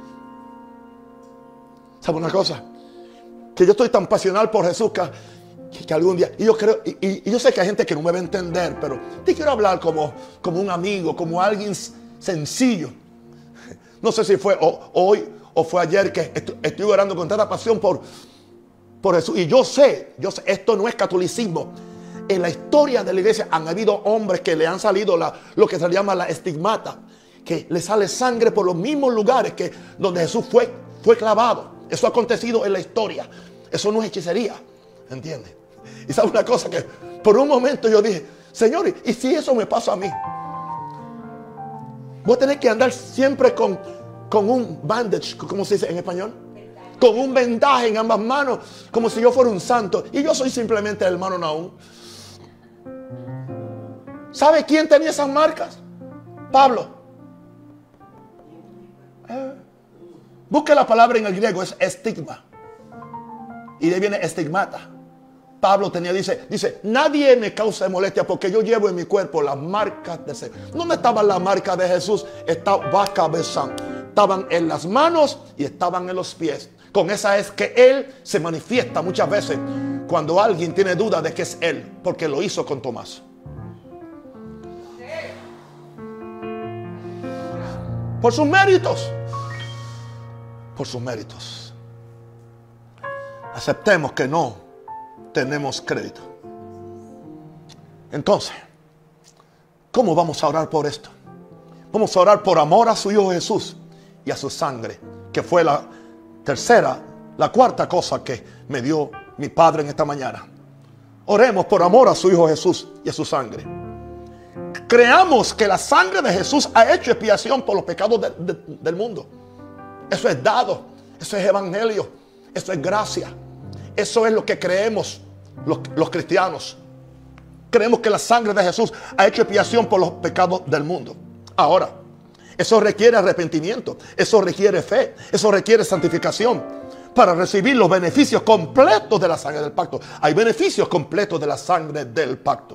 ¿Sabe una cosa? Que yo estoy tan pasional por Jesús que algún día, y yo creo, y yo sé que hay gente que no me va a entender, pero te quiero hablar como un amigo, como alguien sencillo. No sé si fue hoy o fue ayer que estoy orando con tanta pasión por Jesús. Y yo sé, esto no es catolicismo. En la historia de la iglesia han habido hombres que le han salido lo que se llama la estigmata, que le sale sangre por los mismos lugares que donde Jesús fue clavado. Eso ha acontecido en la historia. Eso no es hechicería, ¿entiendes? Y sabe una cosa, que por un momento yo dije, Señor, ¿y si eso me pasa a mí? Voy a tener que andar siempre con un bandage, ¿cómo se dice en español? Con un vendaje en ambas manos, como si yo fuera un santo. Y yo soy simplemente el hermano Nahum. ¿Sabe quién tenía esas marcas? Pablo. Busque la palabra en el griego, es estigma. Y de ahí viene estigmata. Pablo tenía, dice, nadie me causa molestia porque yo llevo en mi cuerpo las marcas de Señor. ¿Dónde estaban las marcas de Jesús? Estaban en las manos y estaban en los pies. Con esa es que Él se manifiesta muchas veces cuando alguien tiene duda de que es Él, porque lo hizo con Tomás. Por sus méritos. Por sus méritos. Aceptemos que no tenemos crédito. Entonces, ¿cómo vamos a orar por esto? Vamos a orar por amor a su Hijo Jesús y a su sangre, que fue la cuarta cosa que me dio mi Padre en esta mañana. Oremos por amor a su Hijo Jesús y a su sangre. Creamos que la sangre de Jesús ha hecho expiación por los pecados del mundo. Eso es dado, eso es evangelio, eso es gracia. Eso es lo que creemos los cristianos. Creemos que la sangre de Jesús ha hecho expiación por los pecados del mundo. Ahora, eso requiere arrepentimiento, eso requiere fe, eso requiere santificación para recibir los beneficios completos de la sangre del pacto. Hay beneficios completos de la sangre del pacto.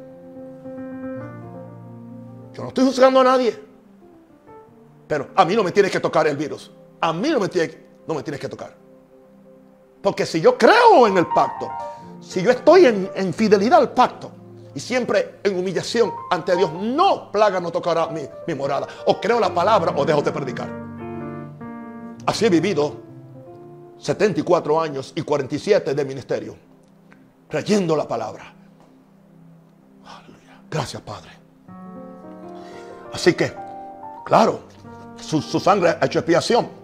Yo no estoy juzgando a nadie, pero a mí no me tiene que tocar el virus. A mí no me tienes que tocar. Porque si yo creo en el pacto, si yo estoy en fidelidad al pacto y siempre en humillación ante Dios, no plaga no tocará mi morada. O creo la palabra o dejo de predicar. Así he vivido 74 años y 47 de ministerio, creyendo la palabra. Aleluya. Gracias, Padre. Así que, claro, su sangre ha hecho expiación.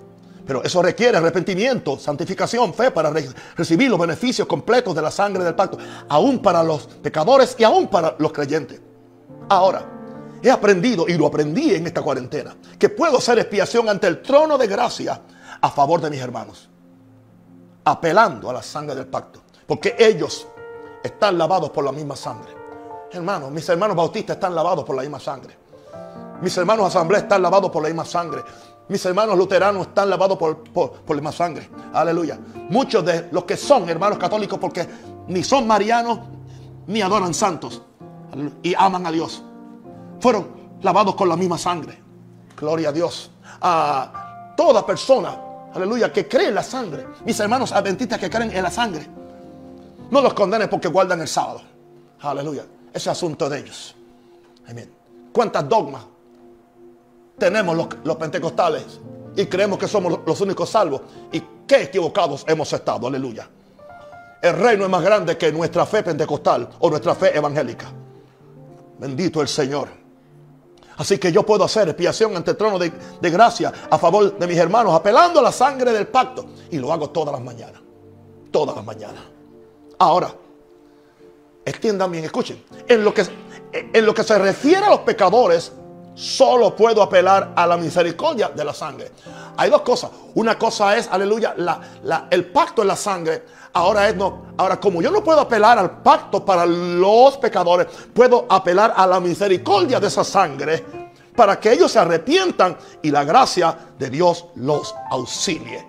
Pero eso requiere arrepentimiento, santificación, fe para recibir los beneficios completos de la sangre del pacto, aún para los pecadores y aún para los creyentes. Ahora, he aprendido, y lo aprendí en esta cuarentena, que puedo hacer expiación ante el trono de gracia a favor de mis hermanos, apelando a la sangre del pacto, porque ellos están lavados por la misma sangre. Hermanos, mis hermanos bautistas están lavados por la misma sangre. Mis hermanos asambleas están lavados por la misma sangre. Mis hermanos luteranos están lavados por la misma sangre. Aleluya. Muchos de los que son hermanos católicos, porque ni son marianos ni adoran santos y aman a Dios, fueron lavados con la misma sangre. Gloria a Dios. A toda persona, aleluya, que cree en la sangre. Mis hermanos adventistas que creen en la sangre, no los condenes porque guardan el sábado. Aleluya. Ese asunto de ellos. Amén. ¿Cuántas dogmas tenemos los pentecostales y creemos que somos los únicos salvos? Y qué equivocados hemos estado. Aleluya. El reino es más grande que nuestra fe pentecostal o nuestra fe evangélica. Bendito el Señor. Así que yo puedo hacer expiación ante el trono de gracia a favor de mis hermanos, apelando a la sangre del pacto. Y lo hago todas las mañanas. Todas las mañanas. Ahora, entiendan bien, escuchen. En lo que se refiere a los pecadores, solo puedo apelar a la misericordia de la sangre. Hay dos cosas. Una cosa es, aleluya, el pacto en la sangre. Ahora, como yo no puedo apelar al pacto para los pecadores, puedo apelar a la misericordia de esa sangre para que ellos se arrepientan y la gracia de Dios los auxilie.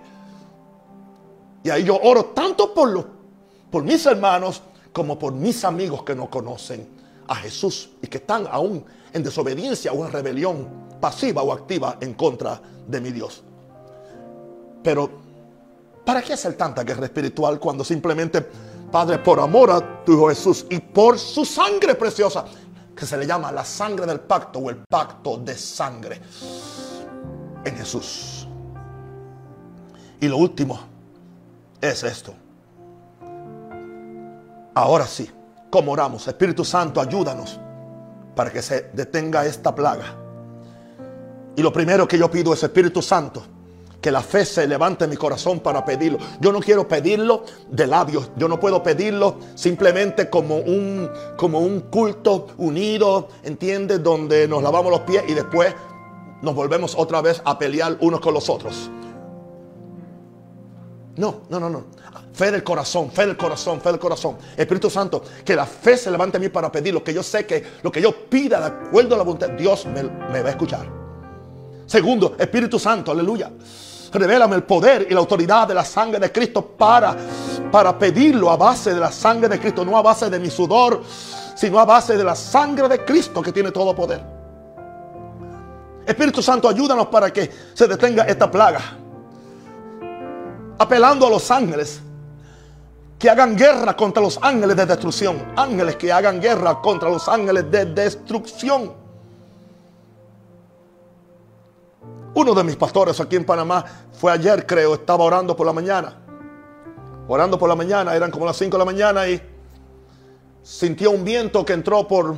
Y ahí yo oro tanto por mis hermanos como por mis amigos que no conocen a Jesús y que están aún en desobediencia o en rebelión pasiva o activa en contra de mi Dios. Pero ¿para qué hacer tanta guerra espiritual cuando simplemente, Padre, por amor a tu Hijo Jesús y por su sangre preciosa, que se le llama la sangre del pacto o el pacto de sangre en Jesús? Y lo último es esto. Ahora sí, ¿cómo oramos? Espíritu Santo, ayúdanos para que se detenga esta plaga. Y lo primero que yo pido es, Espíritu Santo, que la fe se levante en mi corazón para pedirlo. Yo no quiero pedirlo de labios. Yo no puedo pedirlo simplemente como un culto unido, ¿entiendes? Donde nos lavamos los pies y después nos volvemos otra vez a pelear unos con los otros. No. Fe del corazón, fe del corazón, fe del corazón. Espíritu Santo, que la fe se levante a mí para pedir lo que yo sé que lo que yo pida de acuerdo a la voluntad, Dios me va a escuchar. Segundo, Espíritu Santo, aleluya, revélame el poder y la autoridad de la sangre de Cristo para pedirlo a base de la sangre de Cristo, no a base de mi sudor, sino a base de la sangre de Cristo que tiene todo poder. Espíritu Santo, ayúdanos para que se detenga esta plaga, apelando a los ángeles que hagan guerra contra los ángeles de destrucción. Ángeles que hagan guerra contra los ángeles de destrucción. Uno de mis pastores aquí en Panamá fue ayer, creo, estaba orando por la mañana. Orando por la mañana, eran como las 5 de la mañana y sintió un viento que entró por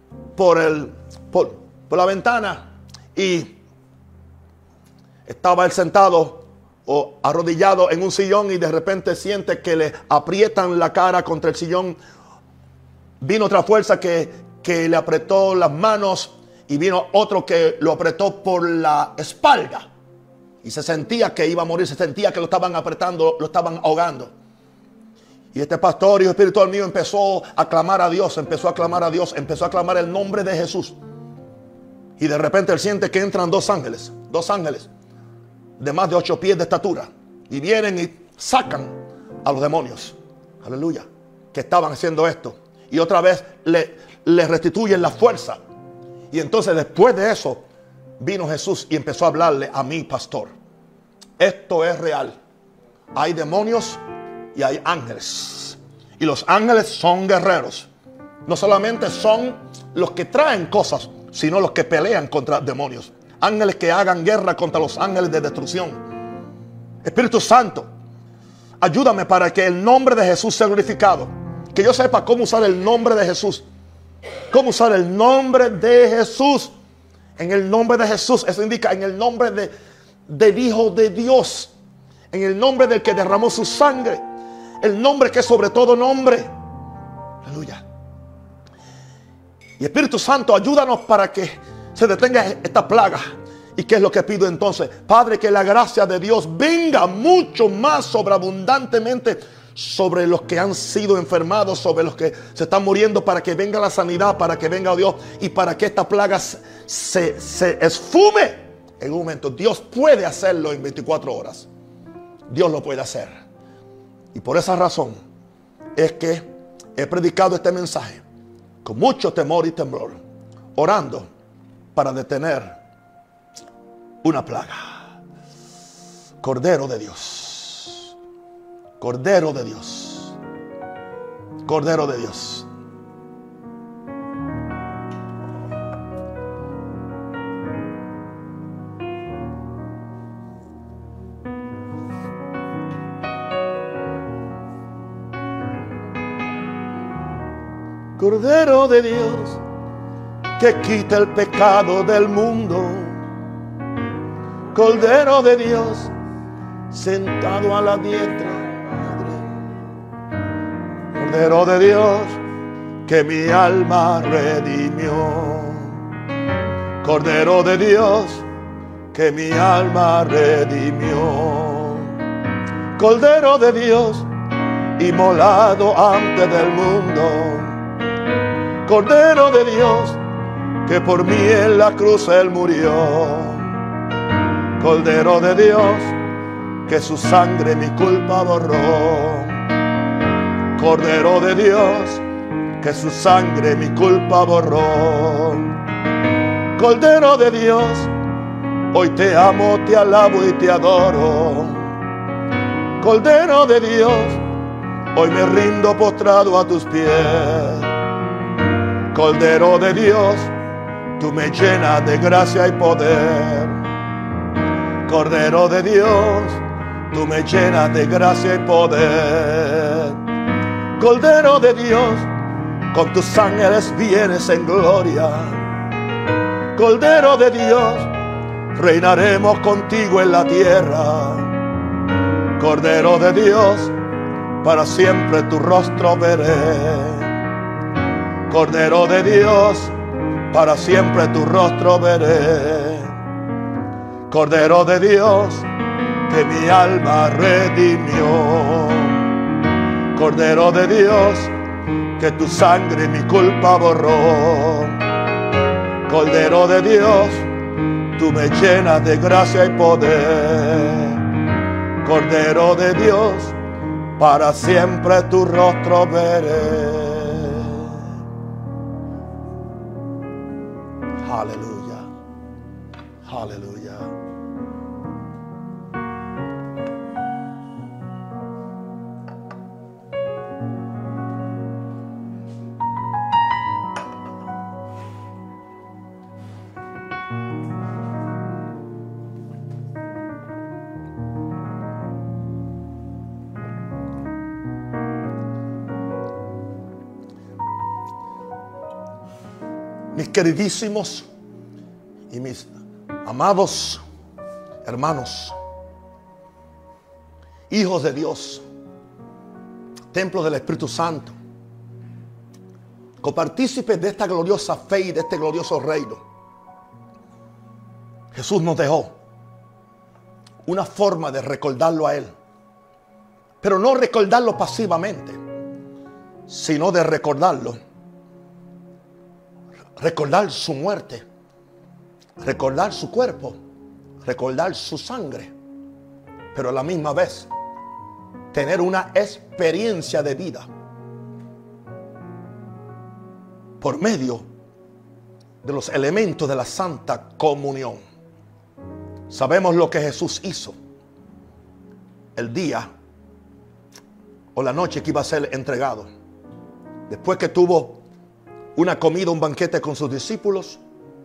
la ventana y estaba él sentado o arrodillado en un sillón y de repente siente que le aprietan la cara contra el sillón. Vino otra fuerza que le apretó las manos y vino otro que lo apretó por la espalda. Y se sentía que iba a morir, se sentía que lo estaban apretando, lo estaban ahogando. Y este pastor, hijo espiritual mío, empezó a clamar a Dios, empezó a clamar el nombre de Jesús. Y de repente él siente que entran dos ángeles de más de 8 pies de estatura, y vienen y sacan a los demonios, aleluya, que estaban haciendo esto, y otra vez le restituyen la fuerza. Y entonces después de eso vino Jesús y empezó a hablarle a mi pastor. Esto es real. Hay demonios y hay ángeles, y los ángeles son guerreros. No solamente son los que traen cosas, sino los que pelean contra demonios. Ángeles que hagan guerra contra los ángeles de destrucción. Espíritu Santo, ayúdame para que el nombre de Jesús sea glorificado. Que yo sepa cómo usar el nombre de Jesús. Cómo usar el nombre de Jesús. En el nombre de Jesús. Eso indica en el nombre del Hijo de Dios, en el nombre del que derramó su sangre, el nombre que es sobre todo nombre. Aleluya. Y Espíritu Santo, ayúdanos para que se detenga esta plaga. ¿Y qué es lo que pido entonces? Padre, que la gracia de Dios venga mucho más sobreabundantemente sobre los que han sido enfermados, sobre los que se están muriendo, para que venga la sanidad, para que venga Dios y para que esta plaga se esfume en un momento. Dios puede hacerlo en 24 horas. Dios lo puede hacer. Y por esa razón es que he predicado este mensaje con mucho temor y temblor, orando para detener una plaga. Cordero de Dios, Cordero de Dios, Cordero de Dios. Cordero de Dios, que quita el pecado del mundo. Cordero de Dios, sentado a la diestra, Cordero de Dios, que mi alma redimió. Cordero de Dios, que mi alma redimió. Cordero de Dios, inmolado antes del mundo. Cordero de Dios, que por mí en la cruz Él murió. Cordero de Dios, que su sangre mi culpa borró. Cordero de Dios, que su sangre mi culpa borró. Cordero de Dios, hoy te amo, te alabo y te adoro. Cordero de Dios, hoy me rindo postrado a tus pies. Cordero de Dios, tú me llenas de gracia y poder. Cordero de Dios, tú me llenas de gracia y poder. Cordero de Dios, con tus ángeles vienes en gloria. Cordero de Dios, reinaremos contigo en la tierra. Cordero de Dios, para siempre tu rostro veré. Cordero de Dios, para siempre tu rostro veré. Cordero de Dios, que mi alma redimió. Cordero de Dios, que tu sangre mi culpa borró. Cordero de Dios, tú me llenas de gracia y poder. Cordero de Dios, para siempre tu rostro veré. Aleluya, aleluya. Mis queridísimos y mis amados hermanos, hijos de Dios, templo del Espíritu Santo, copartícipes de esta gloriosa fe y de este glorioso reino, Jesús nos dejó una forma de recordarlo a Él, pero no recordarlo pasivamente, sino de recordarlo. Recordar su muerte, recordar su cuerpo, recordar su sangre, pero a la misma vez tener una experiencia de vida por medio de los elementos de la Santa Comunión. Sabemos lo que Jesús hizo el día o la noche que iba a ser entregado. Después que tuvo una comida, un banquete con sus discípulos,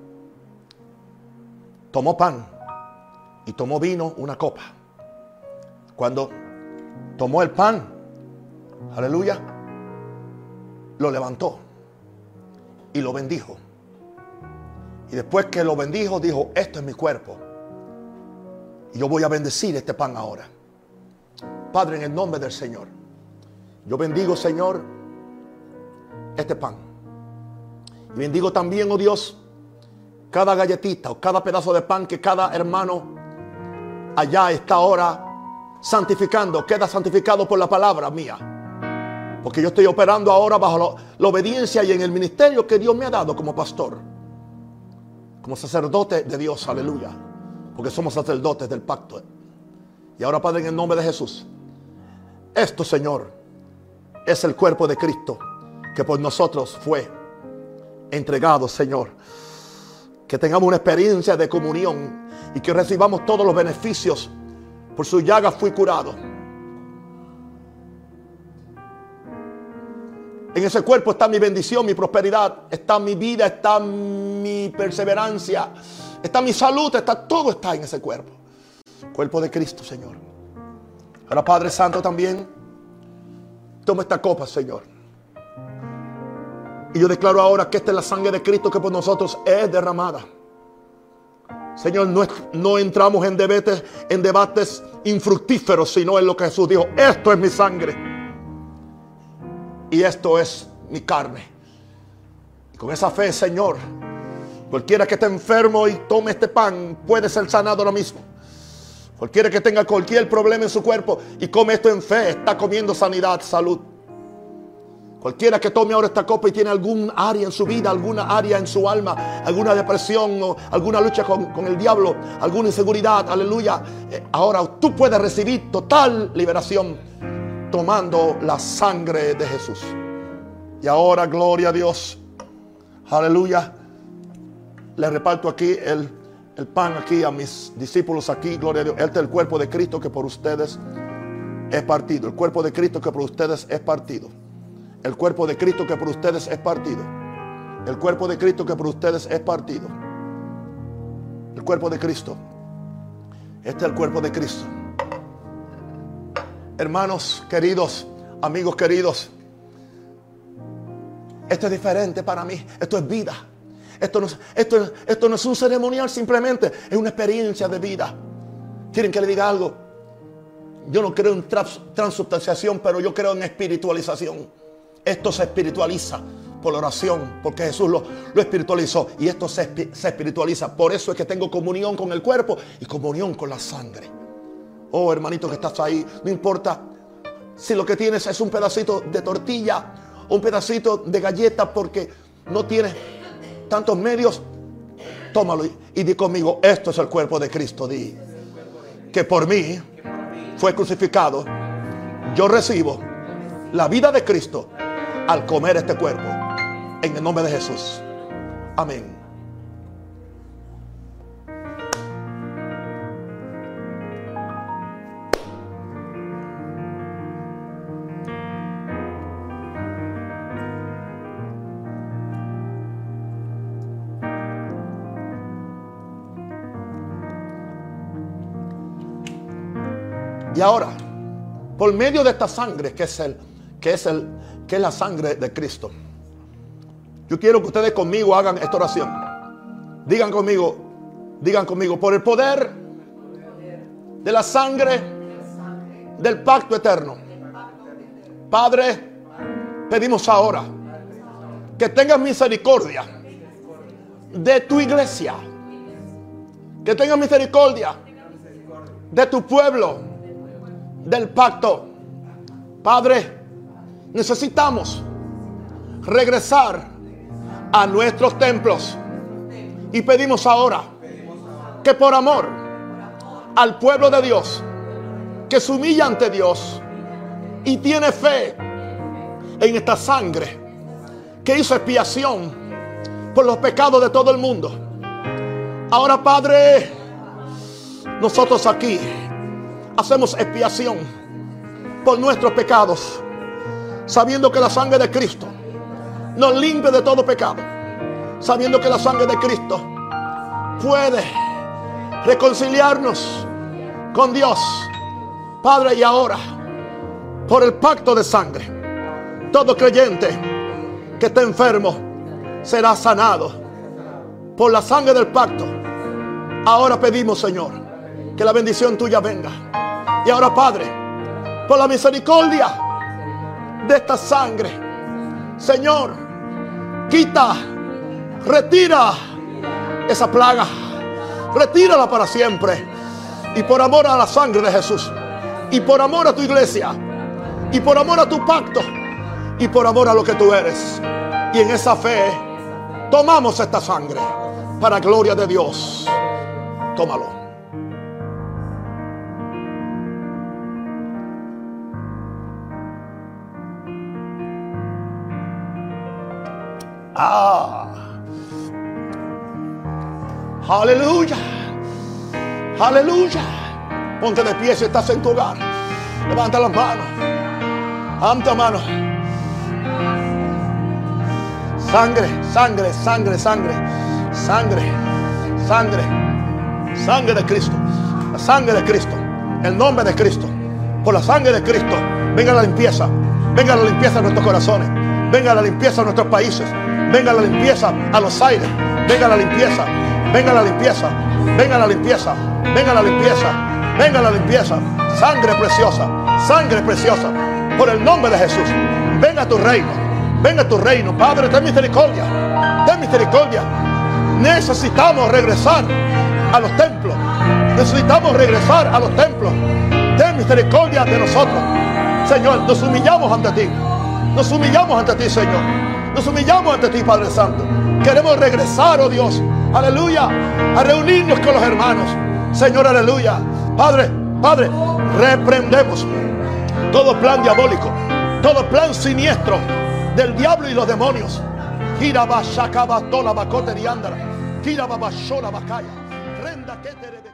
tomó pan y tomó vino, una copa. Cuando tomó el pan, aleluya, lo levantó y lo bendijo. Y después que lo bendijo, dijo: esto es mi cuerpo. Y yo voy a bendecir este pan ahora. Padre, en el nombre del Señor, yo bendigo, Señor, este pan. Y bendigo también, oh Dios, cada galletita o cada pedazo de pan que cada hermano allá está ahora santificando. Queda santificado por la palabra mía. Porque yo estoy operando ahora bajo la obediencia y en el ministerio que Dios me ha dado como pastor. Como sacerdote de Dios, aleluya. Porque somos sacerdotes del pacto. Y ahora, Padre, en el nombre de Jesús, esto, Señor, es el cuerpo de Cristo que por nosotros fue entregado, Señor. Que tengamos una experiencia de comunión y que recibamos todos los beneficios. Por su llaga fui curado. En ese cuerpo está mi bendición, mi prosperidad, está mi vida, está mi perseverancia, está mi salud, todo está en ese cuerpo. Cuerpo de Cristo, Señor. Ahora, Padre Santo, también toma esta copa, Señor. Y yo declaro ahora que esta es la sangre de Cristo que por nosotros es derramada. Señor, no entramos en debates infructíferos, sino en lo que Jesús dijo. Esto es mi sangre. Y esto es mi carne. Y con esa fe, Señor, cualquiera que esté enfermo y tome este pan puede ser sanado ahora mismo. Cualquiera que tenga cualquier problema en su cuerpo y come esto en fe, está comiendo sanidad, salud. Cualquiera que tome ahora esta copa y tiene algún área en su vida, alguna área en su alma, alguna depresión o alguna lucha con el diablo, alguna inseguridad, aleluya. Ahora tú puedes recibir total liberación tomando la sangre de Jesús. Y ahora, gloria a Dios, aleluya. Le reparto aquí el pan aquí a mis discípulos aquí, gloria a Dios. Este es el cuerpo de Cristo que por ustedes es partido. El cuerpo de Cristo que por ustedes es partido. El cuerpo de Cristo que por ustedes es partido. El cuerpo de Cristo que por ustedes es partido. El cuerpo de Cristo. Este es el cuerpo de Cristo. Hermanos queridos, amigos queridos, esto es diferente para mí. Esto es vida. Esto no es un ceremonial simplemente. Es una experiencia de vida. ¿Quieren que le diga algo? Yo no creo en transubstanciación, pero yo creo en espiritualización. Esto se espiritualiza por la oración, porque Jesús lo espiritualizó. Y esto se espiritualiza. Por eso es que tengo comunión con el cuerpo y comunión con la sangre. Oh, hermanito que estás ahí, no importa si lo que tienes es un pedacito de tortilla o un pedacito de galleta porque no tienes tantos medios. Tómalo y di conmigo, esto es el cuerpo de Cristo. Di que por mí fue crucificado. Yo recibo la vida de Cristo al comer este cuerpo. En el nombre de Jesús. Amén. Y ahora, por medio de esta sangre que es la sangre de Cristo, yo quiero que ustedes conmigo hagan esta oración. Digan conmigo, por el poder de la sangre del pacto eterno. Padre, pedimos ahora que tengas misericordia de tu iglesia, que tengas misericordia de tu pueblo del pacto. Padre, necesitamos regresar a nuestros templos y pedimos ahora que por amor al pueblo de Dios que se humilla ante Dios y tiene fe en esta sangre que hizo expiación por los pecados de todo el mundo. Ahora, Padre, nosotros aquí hacemos expiación por nuestros pecados, sabiendo que la sangre de Cristo nos limpia de todo pecado, sabiendo que la sangre de Cristo puede reconciliarnos con Dios. Padre, y ahora, por el pacto de sangre, todo creyente que esté enfermo será sanado por la sangre del pacto. Ahora pedimos, Señor, Que la bendición tuya venga. Y ahora, Padre, por la misericordia de esta sangre, Señor, quita, retira esa plaga, retírala para siempre. Y por amor a la sangre de Jesús, y por amor a tu iglesia, y por amor a tu pacto, y por amor a lo que tú eres, y en esa fe tomamos esta sangre para gloria de Dios. Tómalo. Aleluya. Aleluya. Ponte de pie si estás en tu hogar. Levanta las manos. Levanta mano. Sangre, sangre, sangre, sangre. Sangre, sangre. Sangre de Cristo. La sangre de Cristo. El nombre de Cristo. Por la sangre de Cristo. Venga la limpieza. Venga la limpieza a nuestros corazones. Venga la limpieza a nuestros países. Venga la limpieza a los aires. Venga la limpieza. Venga la limpieza. Venga la limpieza. Venga la limpieza. Venga la limpieza. Sangre preciosa. Sangre preciosa. Por el nombre de Jesús. Venga tu reino. Venga tu reino. Padre, ten misericordia. Ten misericordia. Necesitamos regresar a los templos. Necesitamos regresar a los templos. Ten misericordia de nosotros. Señor, nos humillamos ante ti. Nos humillamos ante ti, Señor. Nos humillamos ante ti, Padre Santo. Queremos regresar, oh Dios, aleluya, a reunirnos con los hermanos. Señor, aleluya. Padre, Padre, reprendemos todo plan diabólico, todo plan siniestro del diablo y los demonios. Gira ba shaka ba tola ba kote riandara. Gira ba ba shola ba kaya. Renda que te